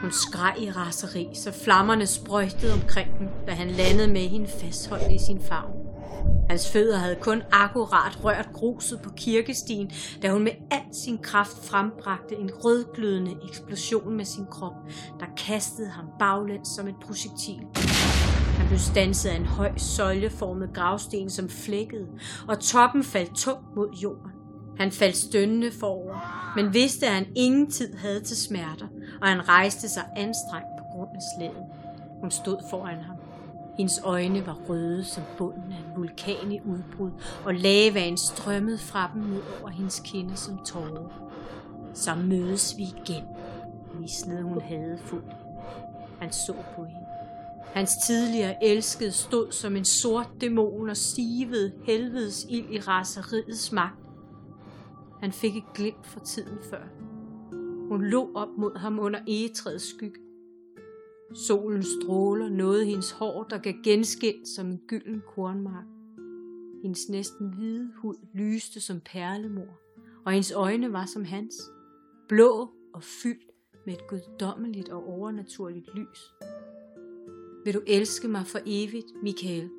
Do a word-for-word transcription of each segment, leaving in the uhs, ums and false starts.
Hun skreg i raseri, så flammerne sprøjtede omkring dem, da han landede med hende fastholdt i sin favn. Hans fødder havde kun akkurat rørt gruset på kirkestien, da hun med al sin kraft frembragte en rødglødende eksplosion med sin krop, der kastede ham baglæns som et projektil. Han blev standset af en høj, søjleformet gravsten, som flækkede, og toppen faldt tungt mod jorden. Han faldt stønnende forover, men vidste, at han ingen tid havde til smerter, og han rejste sig anstrengt på grund af slæden. Hun stod foran ham. Hendes øjne var røde som bunden af en vulkan i udbrud, og lavaen strømmede fra dem ned over hendes kinder som tårer. Så mødes vi igen, hvislede hun hadefuldt. Han så på hende. Hans tidligere elskede stod som en sort dæmon og sivede helvedes ild i raseriets magt. Han fik et glimt fra tiden før. Hun lå op mod ham under egetræets skygge. Solens stråler nåede hendes hår, der gav genskind som en gylden kornmark. Hendes næsten hvide hud lyste som perlemor, og hendes øjne var som hans, blå og fyldt med et guddommeligt og overnaturligt lys. Vil du elske mig for evigt, Michael?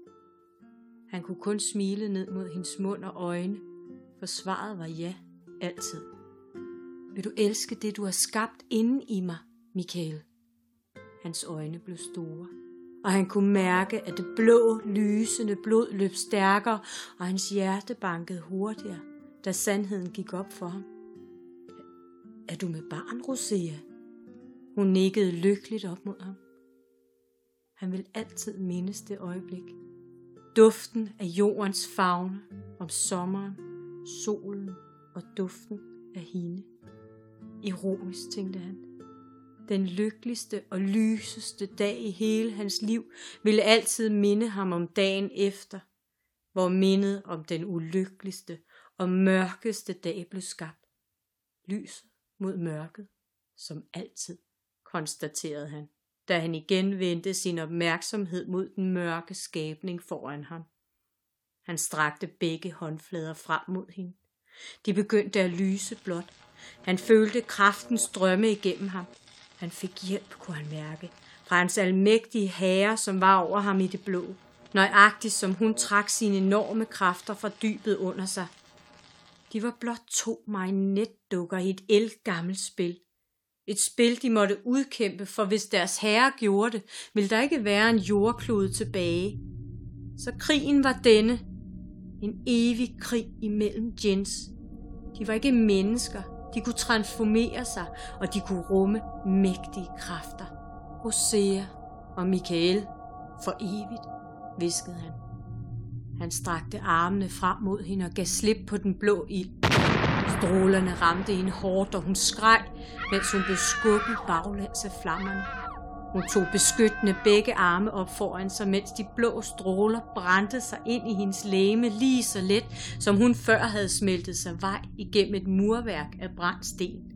Han kunne kun smile ned mod hendes mund og øjne, for svaret var ja, altid. Vil du elske det, du har skabt inden i mig, Michael? Hans øjne blev store, og han kunne mærke, at det blå, lysende blod løb stærkere, og hans hjerte bankede hurtigere, da sandheden gik op for ham. Er du med barn, Rosea? Hun nikkede lykkeligt op mod ham. Han ville altid mindes det øjeblik. Duften af jordens fagne om sommeren, solen og duften af hende. Ironisk, tænkte han. Den lykkeligste og lyseste dag i hele hans liv ville altid minde ham om dagen efter, hvor mindet om den ulykkeligste og mørkeste dag blev skabt. Lyset mod mørket, som altid, konstaterede han, da han igen vendte sin opmærksomhed mod den mørke skabning foran ham. Han strakte begge håndflader frem mod hende. De begyndte at lyse blåt. Han følte kraften strømme igennem ham. Han fik hjælp, kunne han mærke, fra hans almægtige herre, som var over ham i det blå, nøjagtigt som hun trak sine enorme kræfter fra dybet under sig. De var blot to marionetdukker i et ældgammelt spil. Et spil, de måtte udkæmpe, for hvis deres herre gjorde det, ville der ikke være en jordklode tilbage. Så krigen var denne, en evig krig imellem djinns. De var ikke mennesker. De kunne transformere sig, og de kunne rumme mægtige kræfter. Rosea og Michael for evigt, hviskede han. Han strakte armene frem mod hende og gav slip på den blå ild. Strålerne ramte hende hårdt, og hun skreg, mens hun blev skubbet baglæns af flammerne. Hun tog beskyttende begge arme op foran sig, mens de blå stråler brændte sig ind i hendes legeme lige så let, som hun før havde smeltet sig vej igennem et murværk af brændt sten.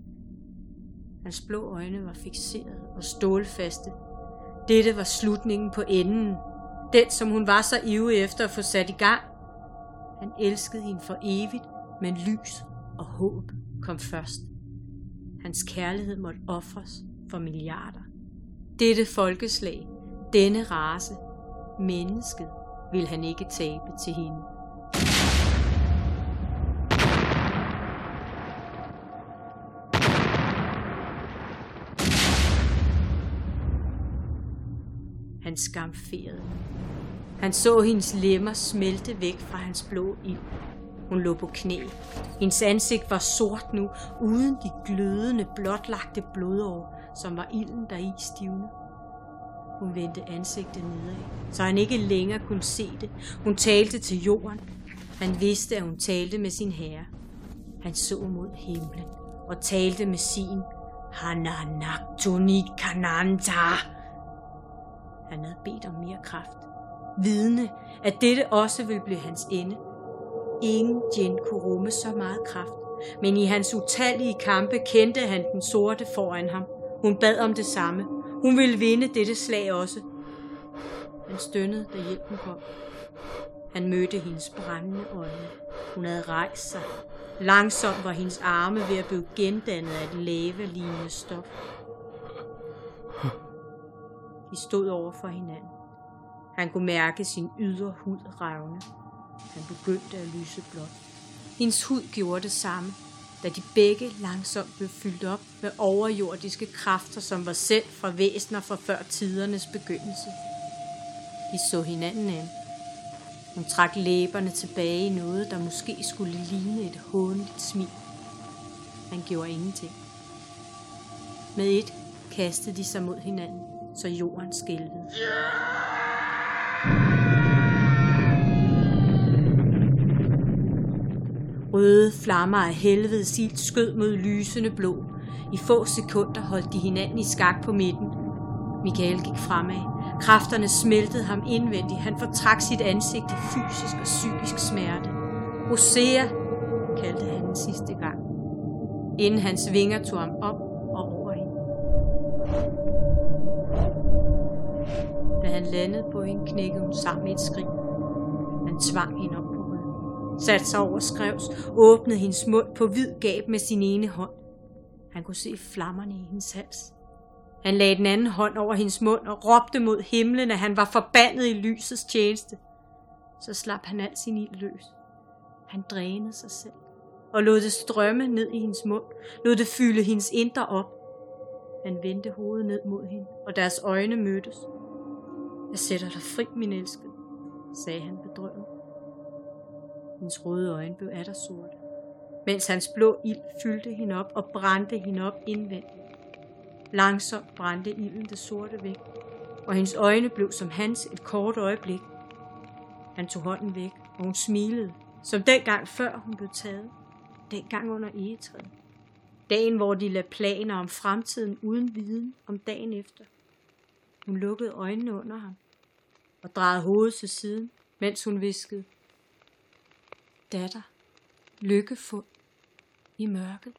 Hans blå øjne var fikserede og stålfaste. Dette var slutningen på enden, den som hun var så ivrig efter at få sat i gang. Han elskede hende for evigt, men lys og håb kom først. Hans kærlighed måtte ofres for milliarder. Dette folkeslag, denne race, mennesket, ville han ikke tabe til hende. Han skamferede. Han så hendes lemmer smelte væk fra hans blå ild. Hun lå på knæ. Hendes ansigt var sort nu, uden de glødende, blotlagte blodår, som var ilden deri stivnet. Hun vendte ansigtet nedad, så han ikke længere kunne se det. Hun talte til jorden. Han vidste, at hun talte med sin herre. Han så mod himlen og talte med sin Hananaktuni Kananta. Han havde bedt om mere kraft, vidne, at dette også ville blive hans ende. Ingen djinn kunne rumme så meget kraft, men i hans utallige kampe kendte han den sorte foran ham. Hun bad om det samme. Hun ville vinde dette slag også. Han stønnede, da hjælpen kom. Han mødte hendes brændende øjne. Hun havde rejst sig. Langsomt var hendes arme ved at blive gendannet af et lava-lignende stof. De stod over for hinanden. Han kunne mærke sin ydre hud revne. Han begyndte at lyse blåt. Hendes hud gjorde det samme, da de begge langsomt blev fyldt op med overjordiske kræfter, som var sendt fra væsener fra før tidernes begyndelse. De så hinanden an. Hun trak læberne tilbage i noget, der måske skulle ligne et hånligt smil. Han gjorde ingenting. Med et kastede de sig mod hinanden, så jorden skælvede. Røde flammer af helvedes ild skød mod lysende blå. I få sekunder holdt de hinanden i skak på midten. Michael gik fremad. Kræfterne smeltede ham indvendigt. Han fortrak sit ansigt i fysisk og psykisk smerte. Rosea, kaldte han den sidste gang, inden hans vinger tog ham op og over hende. Da han landede på hende, knækkede hun sammen med et skrig. Han tvang hende op på ryggen, satte sig over skrevs, åbnede hendes mund på vid gab med sin ene hånd. Han kunne se flammerne i hendes hals. Han lagde den anden hånd over hendes mund og råbte mod himlen, at han var forbandet i lysets tjeneste. Så slap han al sin ild løs. Han drænede sig selv og lod det strømme ned i hendes mund, lod det fylde hendes indre op. Han vendte hovedet ned mod hende, og deres øjne mødtes. Jeg sætter dig fri, min elskede, sagde han bedrøvet. Hendes røde øjne blev atter sorte, mens hans blå ild fyldte hende op og brændte hende op indvendigt. Langsomt brændte ilden det sorte væk, og hendes øjne blev som hans et kort øjeblik. Han tog hånden væk, og hun smilede, som dengang før hun blev taget, dengang under egetræet. Dagen, hvor de lagde planer om fremtiden uden viden om dagen efter. Hun lukkede øjnene under ham og drejede hovedet til siden, mens hun hviskede: datter, lykkefund i mørket.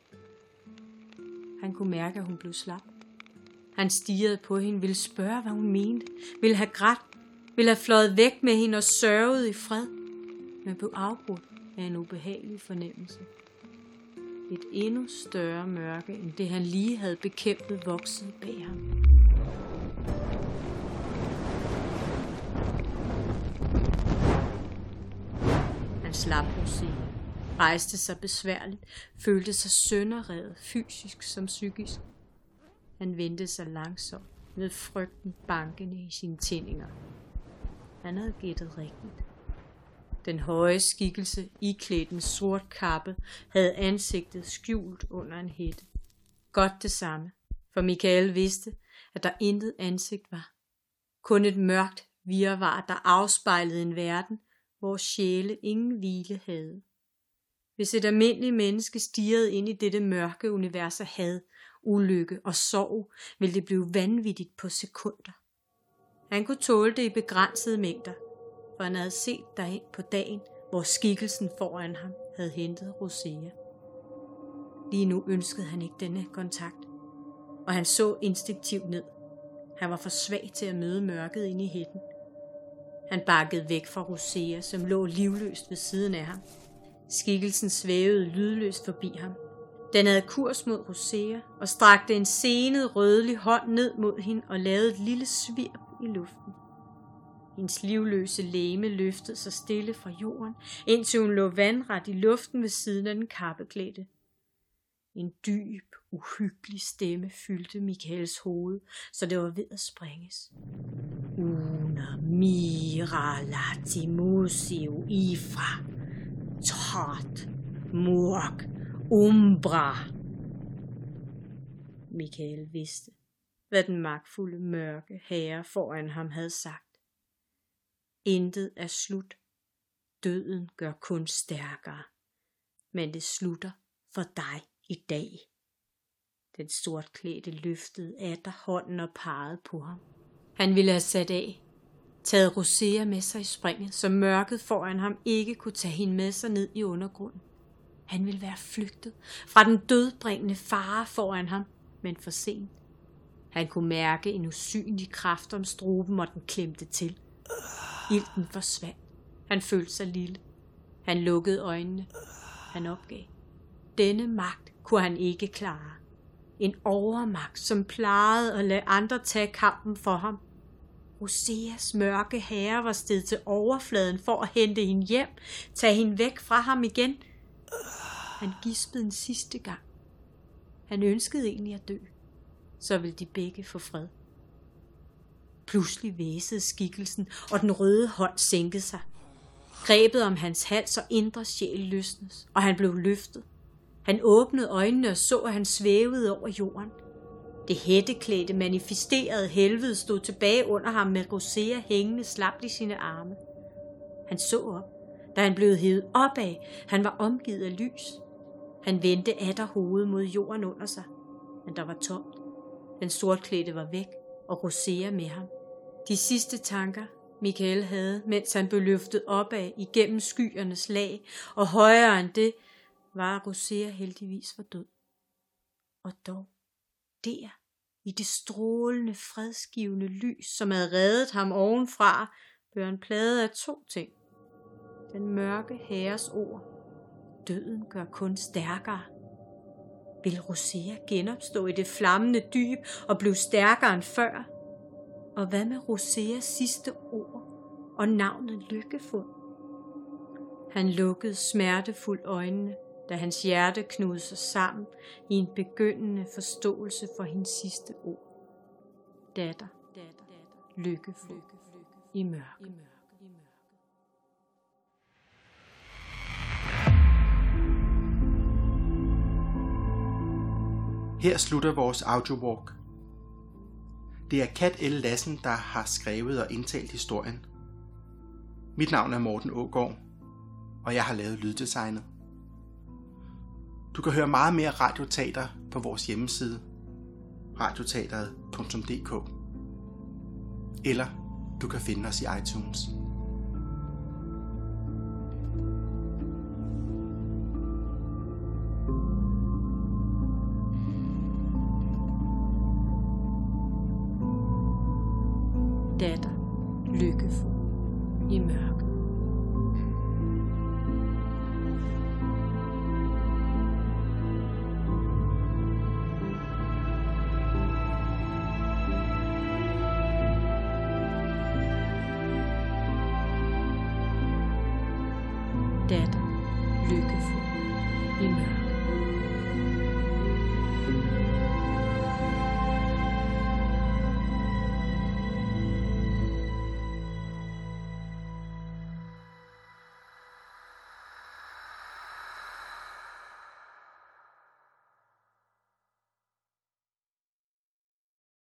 Han kunne mærke, at hun blev slap. Han stirrede på hende, ville spørge, hvad hun mente, ville have grædt, ville have fløjet væk med hende og sørget i fred, men blev afbrudt af en ubehagelig fornemmelse. Et endnu større mørke, end det han lige havde bekæmpet, voksede bag ham. Han slap Rosea, rejste sig besværligt, følte sig sønderrevet, fysisk som psykisk. Han vendte sig langsomt, med frygten bankende i sine tændinger. Han havde gættet rigtigt. Den høje skikkelse, iklædt en sort kappe, havde ansigtet skjult under en hætte. Godt det samme, for Michael vidste, at der intet ansigt var. Kun et mørkt virvar, der afspejlede en verden, hvor sjæle ingen hvile havde. Hvis et almindeligt menneske stirrede ind i dette mørke univers af had, ulykke og sorg, ville det blive vanvittigt på sekunder. Han kunne tåle det i begrænsede mængder, for han havde set derind på dagen, hvor skikkelsen foran ham havde hentet Rosea. Lige nu ønskede han ikke denne kontakt, og han så instinktivt ned. Han var for svag til at møde mørket inde i hætten. Han bakkede væk fra Rosea, som lå livløst ved siden af ham. Skikkelsen svævede lydløst forbi ham. Den havde kurs mod Rosea og strakte en senet rødlig hånd ned mod hende og lavede et lille svirp i luften. Hendes livløse legeme løftede sig stille fra jorden, indtil hun lå vandret i luften ved siden af den kappeklædte. En dyb, uhyggelig stemme fyldte Michaels hoved, så det var ved at sprænges. Una mira latimusio ifra, tot, murk, umbra. Michael vidste, hvad den magtfulde mørke herre foran ham havde sagt. Intet er slut. Døden gør kun stærkere. Men det slutter for dig i dag. Den sortklædte løftede atter hånden og pegede på ham. Han ville have sat af, taget Rosea med sig i springet, så mørket foran ham ikke kunne tage hende med sig ned i undergrunden. Han ville være flygtet fra den dødbringende fare foran ham, men for sent. Han kunne mærke en usynlig kraft om struben, og den klemte til. Ilten forsvandt. Han følte sig lille. Han lukkede øjnene. Han opgav. Denne magt kunne han ikke klare. En overmagt, som plejede at lade andre tage kampen for ham. Roseas mørke herre var steget til overfladen for at hente hende hjem, tage hende væk fra ham igen. Han gispede en sidste gang. Han ønskede egentlig at dø. Så ville de begge få fred. Pludselig væsede skikkelsen, og den røde hånd sænkede sig. Grebet om hans hals og indre sjæl løsnes, og han blev løftet. Han åbnede øjnene og så, at han svævede over jorden. Det hætteklædte, manifesterede helvede stod tilbage under ham med Rosea hængende slapt i sine arme. Han så op, da han blev hævet opad. Han var omgivet af lys. Han vendte atter hovedet mod jorden under sig, men der var tomt. Den sortklædte var væk, og Rosea med ham. De sidste tanker, Michael havde, mens han blev løftet opad igennem skyernes lag, og højere end det, var at Rosea heldigvis var død. Og dog, der, i det strålende, fredsgivende lys, som havde reddet ham ovenfra, blev han plaget af to ting. Den mørke herres ord. Døden gør kun stærkere. Vil Rosea genopstå i det flammende dyb og blive stærkere end før? Og hvad med Roseas sidste ord og navnet Lykkefuld? Han lukkede smertefuldt øjnene, da hans hjerte knudede sig sammen i en begyndende forståelse for hendes sidste ord. Datter, datter, lykkefuld i mørke. Her slutter vores audiowalk. Det er Kat L. Lassen, der har skrevet og indtalt historien. Mit navn er Morten Aagaard, og jeg har lavet lyddesignet. Du kan høre meget mere radioteater på vores hjemmeside, radioteateret punktum d k. Eller du kan finde os i iTunes. Datter, lykkefuld i mørke. Datter, lykkefuld i mørke.